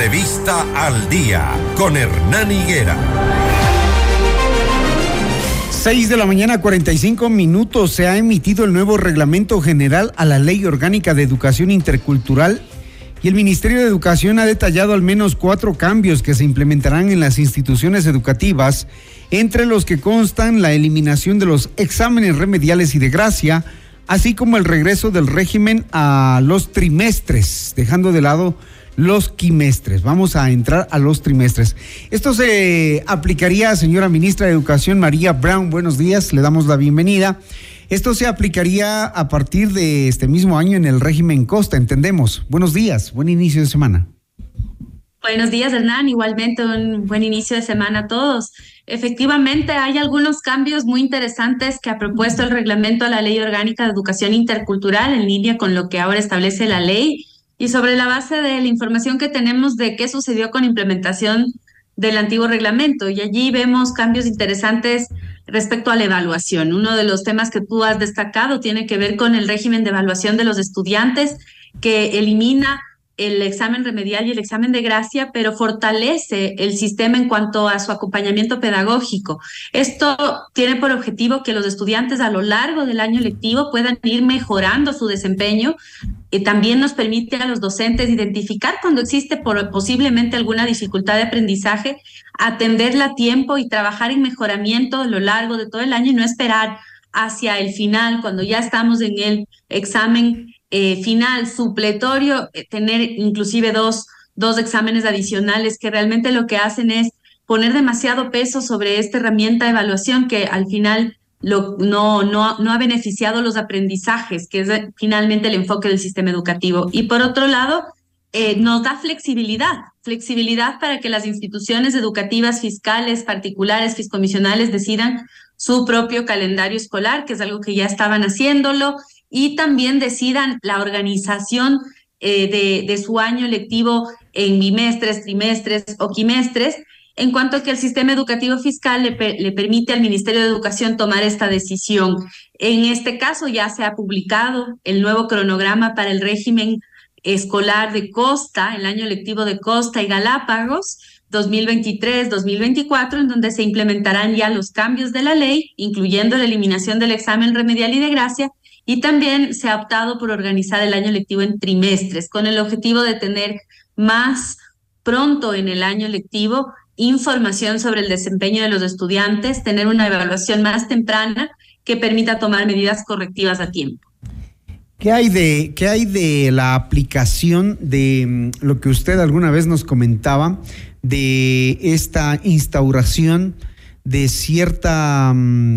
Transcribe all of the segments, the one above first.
Entrevista al Día con Hernán Higuera. 6:45 a.m. Se ha emitido el nuevo reglamento general a la Ley Orgánica de Educación Intercultural y el Ministerio de Educación ha detallado al menos 4 cambios que se implementarán en las instituciones educativas, entre los que constan la eliminación de los exámenes remediales y de gracia, así como el regreso del régimen a los trimestres, dejando de lado los quimestres. Vamos a entrar a los trimestres. Esto se aplicaría, señora ministra de Educación María Brown, buenos días, le damos la bienvenida. Esto se aplicaría a partir de este mismo año en el régimen Costa, entendemos. Buenos días, buen inicio de semana. Buenos días, Hernán. Igualmente un buen inicio de semana a todos. Efectivamente, hay algunos cambios muy interesantes que ha propuesto el reglamento a la Ley Orgánica de Educación Intercultural en línea con lo que ahora establece la ley y sobre la base de la información que tenemos de qué sucedió con implementación del antiguo reglamento. Y allí vemos cambios interesantes respecto a la evaluación. Uno de los temas que tú has destacado tiene que ver con el régimen de evaluación de los estudiantes, que elimina el examen remedial y el examen de gracia, pero fortalece el sistema en cuanto a su acompañamiento pedagógico. Esto tiene por objetivo que los estudiantes a lo largo del año lectivo puedan ir mejorando su desempeño. También nos permite a los docentes identificar cuando existe posiblemente alguna dificultad de aprendizaje, atenderla a tiempo y trabajar en mejoramiento a lo largo de todo el año y no esperar hacia el final, cuando ya estamos en el examen final supletorio, tener inclusive dos exámenes adicionales que realmente lo que hacen es poner demasiado peso sobre esta herramienta de evaluación que al final no ha beneficiado los aprendizajes, que es finalmente el enfoque del sistema educativo. Y por otro lado, nos da flexibilidad para que las instituciones educativas fiscales, particulares, fiscomisionales decidan su propio calendario escolar, que es algo que ya estaban haciéndolo, y también decidan la organización de su año lectivo en bimestres, trimestres o quimestres, en cuanto a que el sistema educativo fiscal le permite al Ministerio de Educación tomar esta decisión. En este caso ya se ha publicado el nuevo cronograma para el régimen escolar de Costa, el año lectivo de Costa y Galápagos, 2023-2024, en donde se implementarán ya los cambios de la ley, incluyendo la eliminación del examen remedial y de gracia, y también se ha optado por organizar el año lectivo en trimestres, con el objetivo de tener más pronto en el año lectivo información sobre el desempeño de los estudiantes, tener una evaluación más temprana que permita tomar medidas correctivas a tiempo. ¿Qué hay de la aplicación de lo que usted alguna vez nos comentaba, de esta instauración de cierta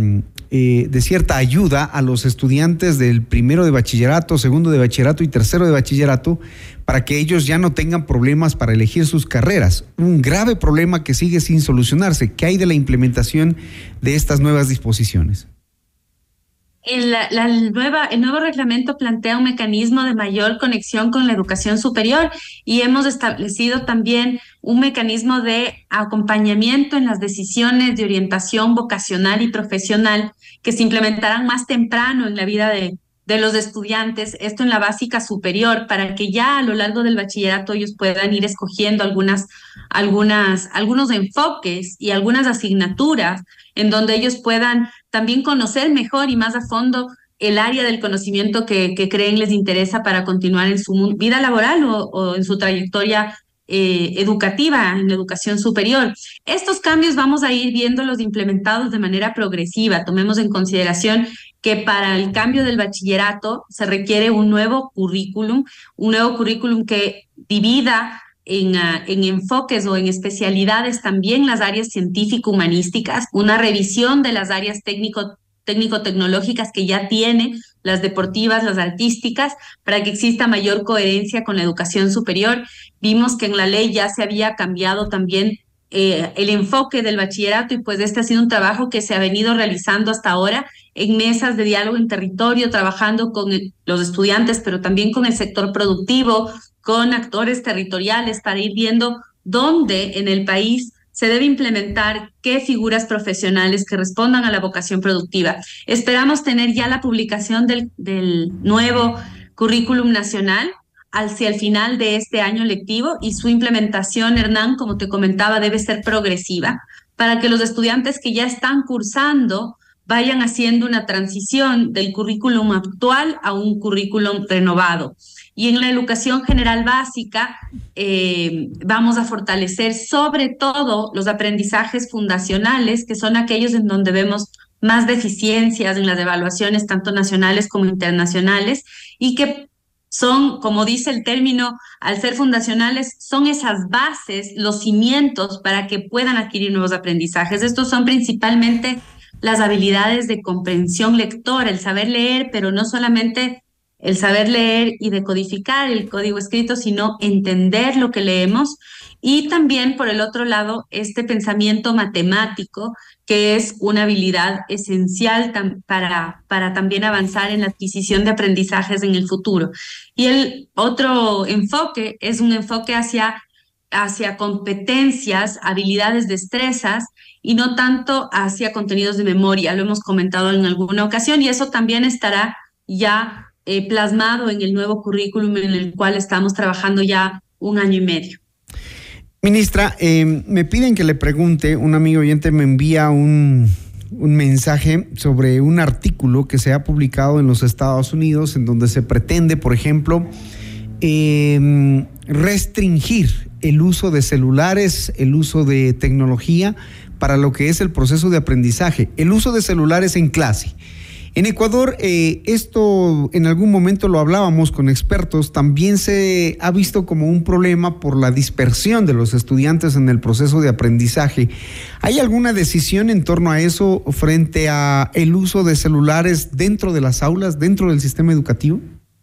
ayuda a los estudiantes del primero de bachillerato, segundo de bachillerato y tercero de bachillerato, para que ellos ya no tengan problemas para elegir sus carreras? Un grave problema que sigue sin solucionarse. ¿Qué hay de la implementación de estas nuevas disposiciones? El nuevo reglamento plantea un mecanismo de mayor conexión con la educación superior y hemos establecido también un mecanismo de acompañamiento en las decisiones de orientación vocacional y profesional que se implementarán más temprano en la vida de los estudiantes, esto en la básica superior, para que ya a lo largo del bachillerato ellos puedan ir escogiendo algunos enfoques y algunas asignaturas en donde ellos puedan también conocer mejor y más a fondo el área del conocimiento que creen les interesa para continuar en su vida laboral o en su trayectoria educativa, en la educación superior. Estos cambios vamos a ir viéndolos implementados de manera progresiva. Tomemos en consideración que para el cambio del bachillerato se requiere un nuevo currículum que divida en enfoques o en especialidades también las áreas científico-humanísticas, una revisión de las áreas técnico-tecnológicas que ya tiene, las deportivas, las artísticas, para que exista mayor coherencia con la educación superior. Vimos que en la ley ya se había cambiado también el enfoque del bachillerato y pues este ha sido un trabajo que se ha venido realizando hasta ahora en mesas de diálogo en territorio, trabajando con los estudiantes, pero también con el sector productivo, con actores territoriales para ir viendo dónde en el país se debe implementar qué figuras profesionales que respondan a la vocación productiva. Esperamos tener ya la publicación del nuevo currículum nacional hacia el final de este año lectivo y su implementación, Hernán, como te comentaba, debe ser progresiva para que los estudiantes que ya están cursando vayan haciendo una transición del currículum actual a un currículum renovado. Y en la educación general básica vamos a fortalecer sobre todo los aprendizajes fundacionales, que son aquellos en donde vemos más deficiencias en las evaluaciones tanto nacionales como internacionales y que son, como dice el término, al ser fundacionales, son esas bases, los cimientos para que puedan adquirir nuevos aprendizajes. Estos son principalmente las habilidades de comprensión lectora, el saber leer, pero no solamente el saber leer y decodificar el código escrito, sino entender lo que leemos. Y también, por el otro lado, este pensamiento matemático, que es una habilidad esencial para también avanzar en la adquisición de aprendizajes en el futuro. Y el otro enfoque es un enfoque hacia competencias, habilidades, destrezas, y no tanto hacia contenidos de memoria. Lo hemos comentado en alguna ocasión y eso también estará ya plasmado en el nuevo currículum en el cual estamos trabajando ya 1 año y medio. Ministra, me piden que le pregunte, un amigo oyente me envía un mensaje sobre un artículo que se ha publicado en los Estados Unidos en donde se pretende, por ejemplo, restringir el uso de celulares, el uso de tecnología para lo que es el proceso de aprendizaje, el uso de celulares en clase. En Ecuador, esto en algún momento lo hablábamos con expertos, también se ha visto como un problema por la dispersión de los estudiantes en el proceso de aprendizaje. ¿Hay alguna decisión en torno a eso frente a el uso de celulares dentro de las aulas, dentro del sistema educativo?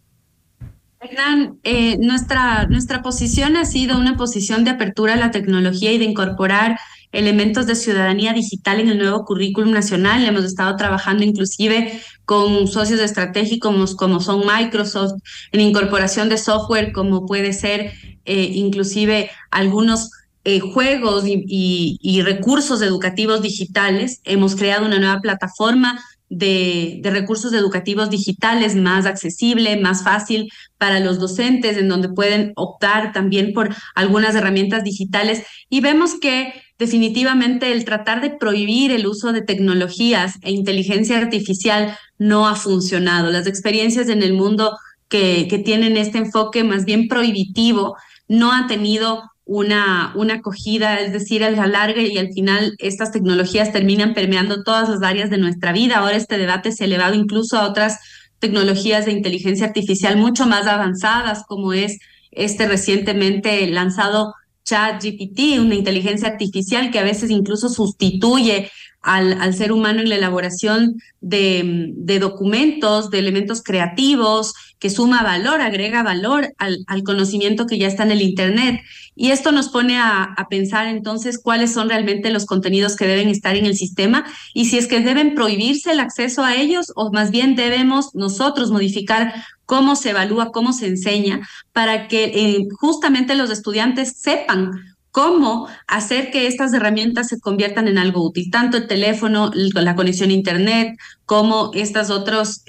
Hernán, nuestra posición ha sido una posición de apertura a la tecnología y de incorporar elementos de ciudadanía digital en el nuevo currículum nacional. Hemos estado trabajando inclusive con socios estratégicos como son Microsoft, en incorporación de software como puede ser inclusive algunos juegos y recursos educativos digitales. Hemos creado una nueva plataforma de recursos educativos digitales más accesible, más fácil para los docentes, en donde pueden optar también por algunas herramientas digitales. Y vemos que definitivamente el tratar de prohibir el uso de tecnologías e inteligencia artificial no ha funcionado. Las experiencias en el mundo que tienen este enfoque más bien prohibitivo no han tenido una acogida, es decir, a la larga y al final estas tecnologías terminan permeando todas las áreas de nuestra vida. Ahora este debate se ha elevado incluso a otras tecnologías de inteligencia artificial mucho más avanzadas, como es este recientemente lanzado ChatGPT, una inteligencia artificial que a veces incluso sustituye al ser humano en la elaboración de documentos, de elementos creativos, que suma valor, agrega valor al conocimiento que ya está en el Internet. Y esto nos pone a pensar entonces cuáles son realmente los contenidos que deben estar en el sistema y si es que deben prohibirse el acceso a ellos o más bien debemos nosotros modificar cómo se evalúa, cómo se enseña, para que justamente los estudiantes sepan cómo hacer que estas herramientas se conviertan en algo útil, tanto el teléfono, la conexión a Internet, como estos otros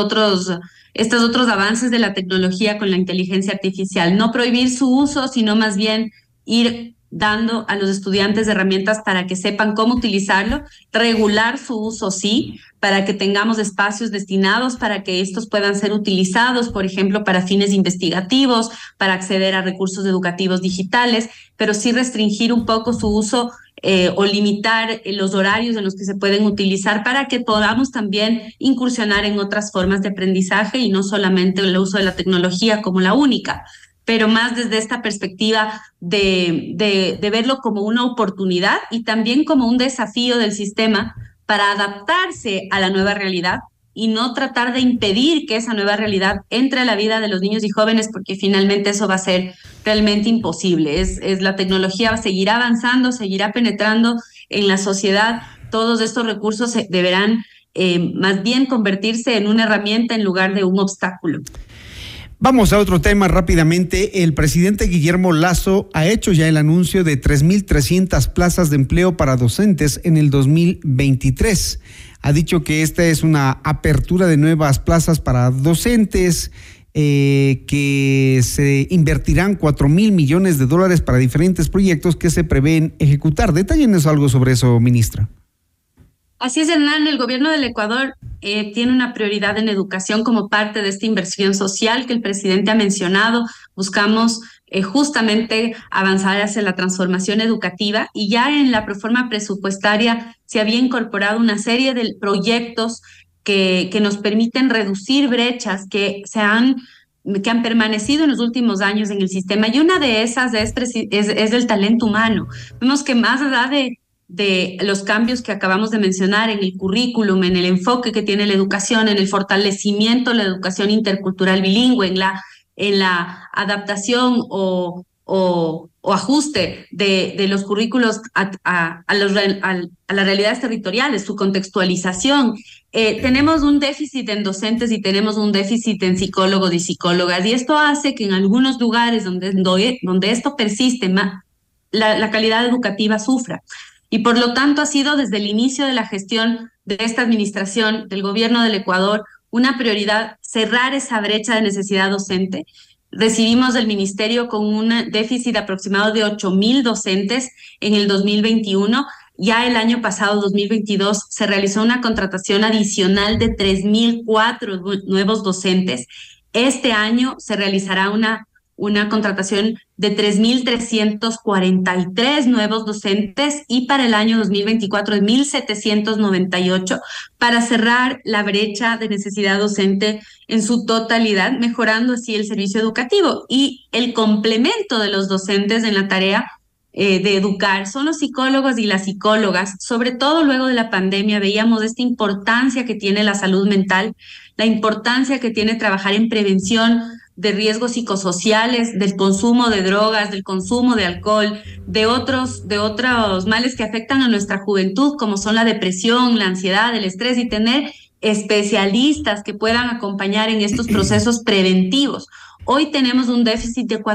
avances de la tecnología con la inteligencia artificial. No prohibir su uso, sino más bien ir dando a los estudiantes herramientas para que sepan cómo utilizarlo, regular su uso, sí, para que tengamos espacios destinados para que estos puedan ser utilizados, por ejemplo, para fines investigativos, para acceder a recursos educativos digitales, pero sí restringir un poco su uso o limitar los horarios en los que se pueden utilizar para que podamos también incursionar en otras formas de aprendizaje y no solamente el uso de la tecnología como la única, pero más desde esta perspectiva de verlo como una oportunidad y también como un desafío del sistema para adaptarse a la nueva realidad y no tratar de impedir que esa nueva realidad entre a la vida de los niños y jóvenes, porque finalmente eso va a ser realmente imposible. La tecnología seguirá avanzando, seguirá penetrando en la sociedad. Todos estos recursos deberán más bien convertirse en una herramienta en lugar de un obstáculo. Vamos a otro tema rápidamente. El presidente Guillermo Lasso ha hecho ya el anuncio de 3.300 plazas de empleo para docentes en el 2023. Ha dicho que esta es una apertura de nuevas plazas para docentes que se invertirán 4.000 millones de dólares para diferentes proyectos que se prevén ejecutar. Detállenos algo sobre eso, ministra. Así es, Hernán, el gobierno del Ecuador tiene una prioridad en educación como parte de esta inversión social que el presidente ha mencionado. Buscamos justamente avanzar hacia la transformación educativa y ya en la proforma presupuestaria se había incorporado una serie de proyectos que nos permiten reducir brechas que han permanecido en los últimos años en el sistema, y una de esas es el talento humano. Vemos que más allá de los cambios que acabamos de mencionar en el currículum, en el enfoque que tiene la educación, en el fortalecimiento de la educación intercultural bilingüe, en la adaptación o ajuste de los currículos a las realidades territoriales, su contextualización. Tenemos un déficit en docentes y tenemos un déficit en psicólogos y psicólogas, y esto hace que en algunos lugares donde esto persiste, la calidad educativa sufra. Y por lo tanto ha sido desde el inicio de la gestión de esta administración, del gobierno del Ecuador, una prioridad cerrar esa brecha de necesidad docente. Recibimos del ministerio con un déficit aproximado de 8.000 docentes en el 2021. Ya el año pasado, 2022, se realizó una contratación adicional de 3.004 nuevos docentes. Este año se realizará una contratación de 3.343 nuevos docentes, y para el año 2024 de 1.798, para cerrar la brecha de necesidad docente en su totalidad, mejorando así el servicio educativo. Y el complemento de los docentes en la tarea de educar son los psicólogos y las psicólogas. Sobre todo luego de la pandemia veíamos esta importancia que tiene la salud mental, la importancia que tiene trabajar en prevención de riesgos psicosociales, del consumo de drogas, del consumo de alcohol, de otros males que afectan a nuestra juventud, como son la depresión, la ansiedad, el estrés, y tener especialistas que puedan acompañar en estos procesos preventivos. Hoy tenemos un déficit de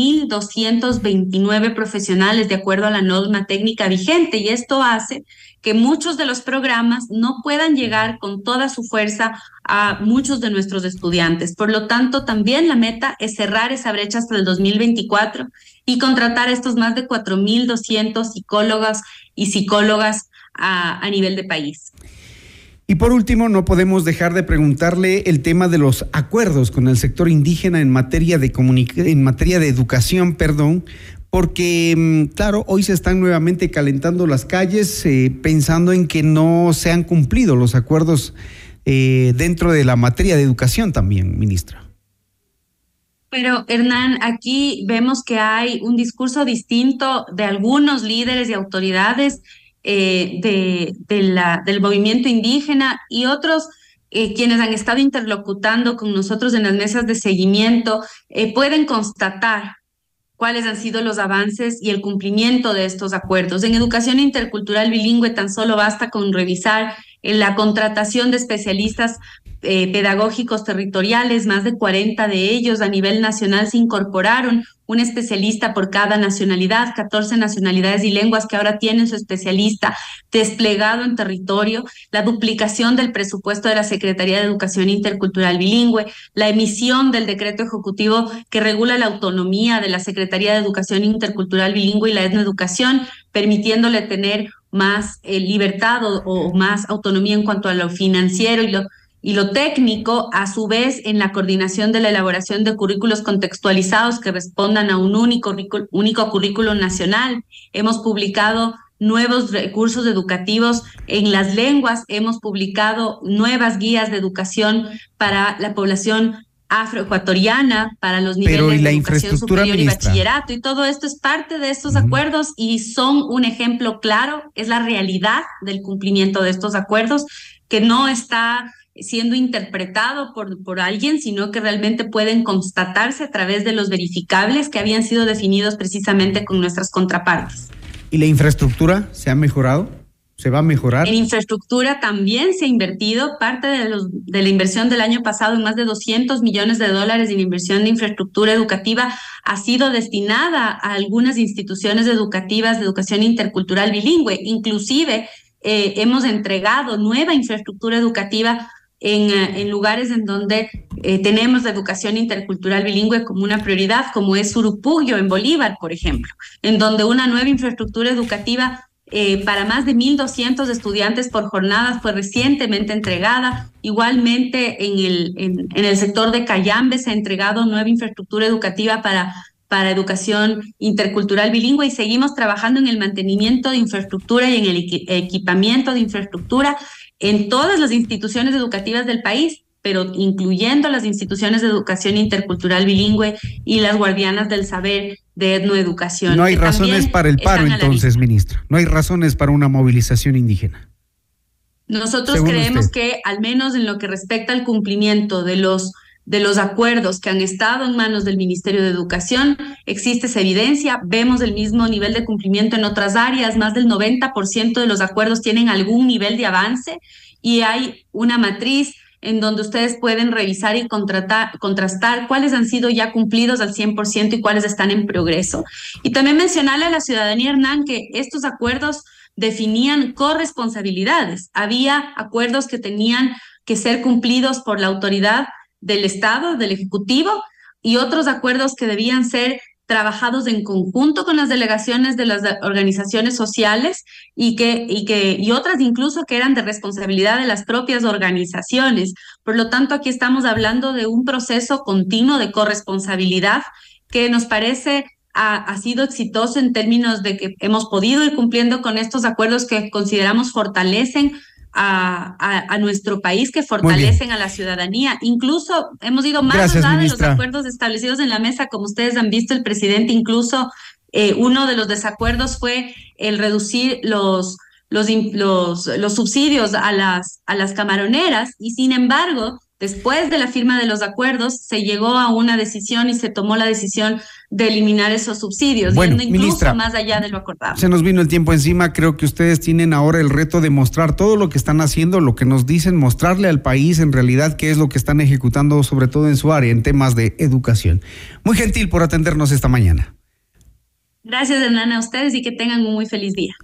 4.229 profesionales de acuerdo a la norma técnica vigente, y esto hace que muchos de los programas no puedan llegar con toda su fuerza a muchos de nuestros estudiantes. Por lo tanto, también la meta es cerrar esa brecha hasta el 2024 y contratar a estos más de 4.200 psicólogos y psicólogas a nivel de país. Y por último, no podemos dejar de preguntarle el tema de los acuerdos con el sector indígena en materia de educación, porque, claro, hoy se están nuevamente calentando las calles pensando en que no se han cumplido los acuerdos dentro de la materia de educación también, ministra. Pero, Hernán, aquí vemos que hay un discurso distinto de algunos líderes y autoridades del movimiento indígena, y otros quienes han estado interlocutando con nosotros en las mesas de seguimiento pueden constatar cuáles han sido los avances y el cumplimiento de estos acuerdos. En educación intercultural bilingüe tan solo basta con revisar la contratación de especialistas pedagógicos territoriales. Más de 40 de ellos a nivel nacional se incorporaron, un especialista por cada nacionalidad, 14 nacionalidades y lenguas que ahora tienen su especialista desplegado en territorio, la duplicación del presupuesto de la Secretaría de Educación Intercultural Bilingüe, la emisión del decreto ejecutivo que regula la autonomía de la Secretaría de Educación Intercultural Bilingüe y la etnoeducación, permitiéndole tener más libertad o más autonomía en cuanto a lo financiero y lo técnico, a su vez en la coordinación de la elaboración de currículos contextualizados que respondan a un único currículo nacional. Hemos publicado nuevos recursos educativos en las lenguas, hemos publicado nuevas guías de educación para la población afroecuatoriana, para los niveles de educación superior y bachillerato, y todo esto es parte de estos acuerdos y son un ejemplo claro, es la realidad del cumplimiento de estos acuerdos, que no está siendo interpretado por alguien, sino que realmente pueden constatarse a través de los verificables que habían sido definidos precisamente con nuestras contrapartes. ¿Y la infraestructura se ha mejorado? ¿Se va a mejorar? En infraestructura también se ha invertido. Parte de la inversión del año pasado, en más de $200 millones en inversión de infraestructura educativa, ha sido destinada a algunas instituciones educativas de educación intercultural bilingüe. Inclusive hemos entregado nueva infraestructura educativa en lugares en donde tenemos la educación intercultural bilingüe como una prioridad, como es Surupugio en Bolívar, por ejemplo, en donde una nueva infraestructura educativa para más de 1.200 estudiantes por jornada fue recientemente entregada. Igualmente en el sector de Cayambe se ha entregado nueva infraestructura educativa para educación intercultural bilingüe, y seguimos trabajando en el mantenimiento de infraestructura y en el equipamiento de infraestructura en todas las instituciones educativas del país, pero incluyendo las instituciones de educación intercultural bilingüe y las guardianas del saber de etnoeducación. No hay razones para el paro, entonces, ministra. No hay razones para una movilización indígena. Nosotros creemos que, al menos en lo que respecta al cumplimiento de los acuerdos que han estado en manos del Ministerio de Educación, existe esa evidencia. Vemos el mismo nivel de cumplimiento en otras áreas. Más del 90% de los acuerdos tienen algún nivel de avance, y hay una matriz en donde ustedes pueden revisar y contrastar cuáles han sido ya cumplidos al 100% y cuáles están en progreso. Y también mencionarle a la ciudadanía, Hernán, que estos acuerdos definían corresponsabilidades. Había acuerdos que tenían que ser cumplidos por la autoridad del Estado, del Ejecutivo, y otros acuerdos que debían ser trabajados en conjunto con las delegaciones de las organizaciones sociales, y otras incluso que eran de responsabilidad de las propias organizaciones. Por lo tanto, aquí estamos hablando de un proceso continuo de corresponsabilidad que nos parece ha sido exitoso en términos de que hemos podido ir cumpliendo con estos acuerdos que consideramos fortalecen a nuestro país, que fortalecen a la ciudadanía. Incluso hemos ido más allá de los acuerdos establecidos en la mesa. Como ustedes han visto, el presidente incluso, uno de los desacuerdos fue el reducir los subsidios a las camaroneras, y sin embargo, después de la firma de los acuerdos, se llegó a una decisión y se tomó la decisión de eliminar esos subsidios, yendo incluso ministra, más allá de lo acordado. Se nos vino el tiempo encima. Creo que ustedes tienen ahora el reto de mostrar todo lo que están haciendo, lo que nos dicen, mostrarle al país en realidad qué es lo que están ejecutando, sobre todo en su área, en temas de educación. Muy gentil por atendernos esta mañana. Gracias, Hernán, a ustedes, y que tengan un muy feliz día.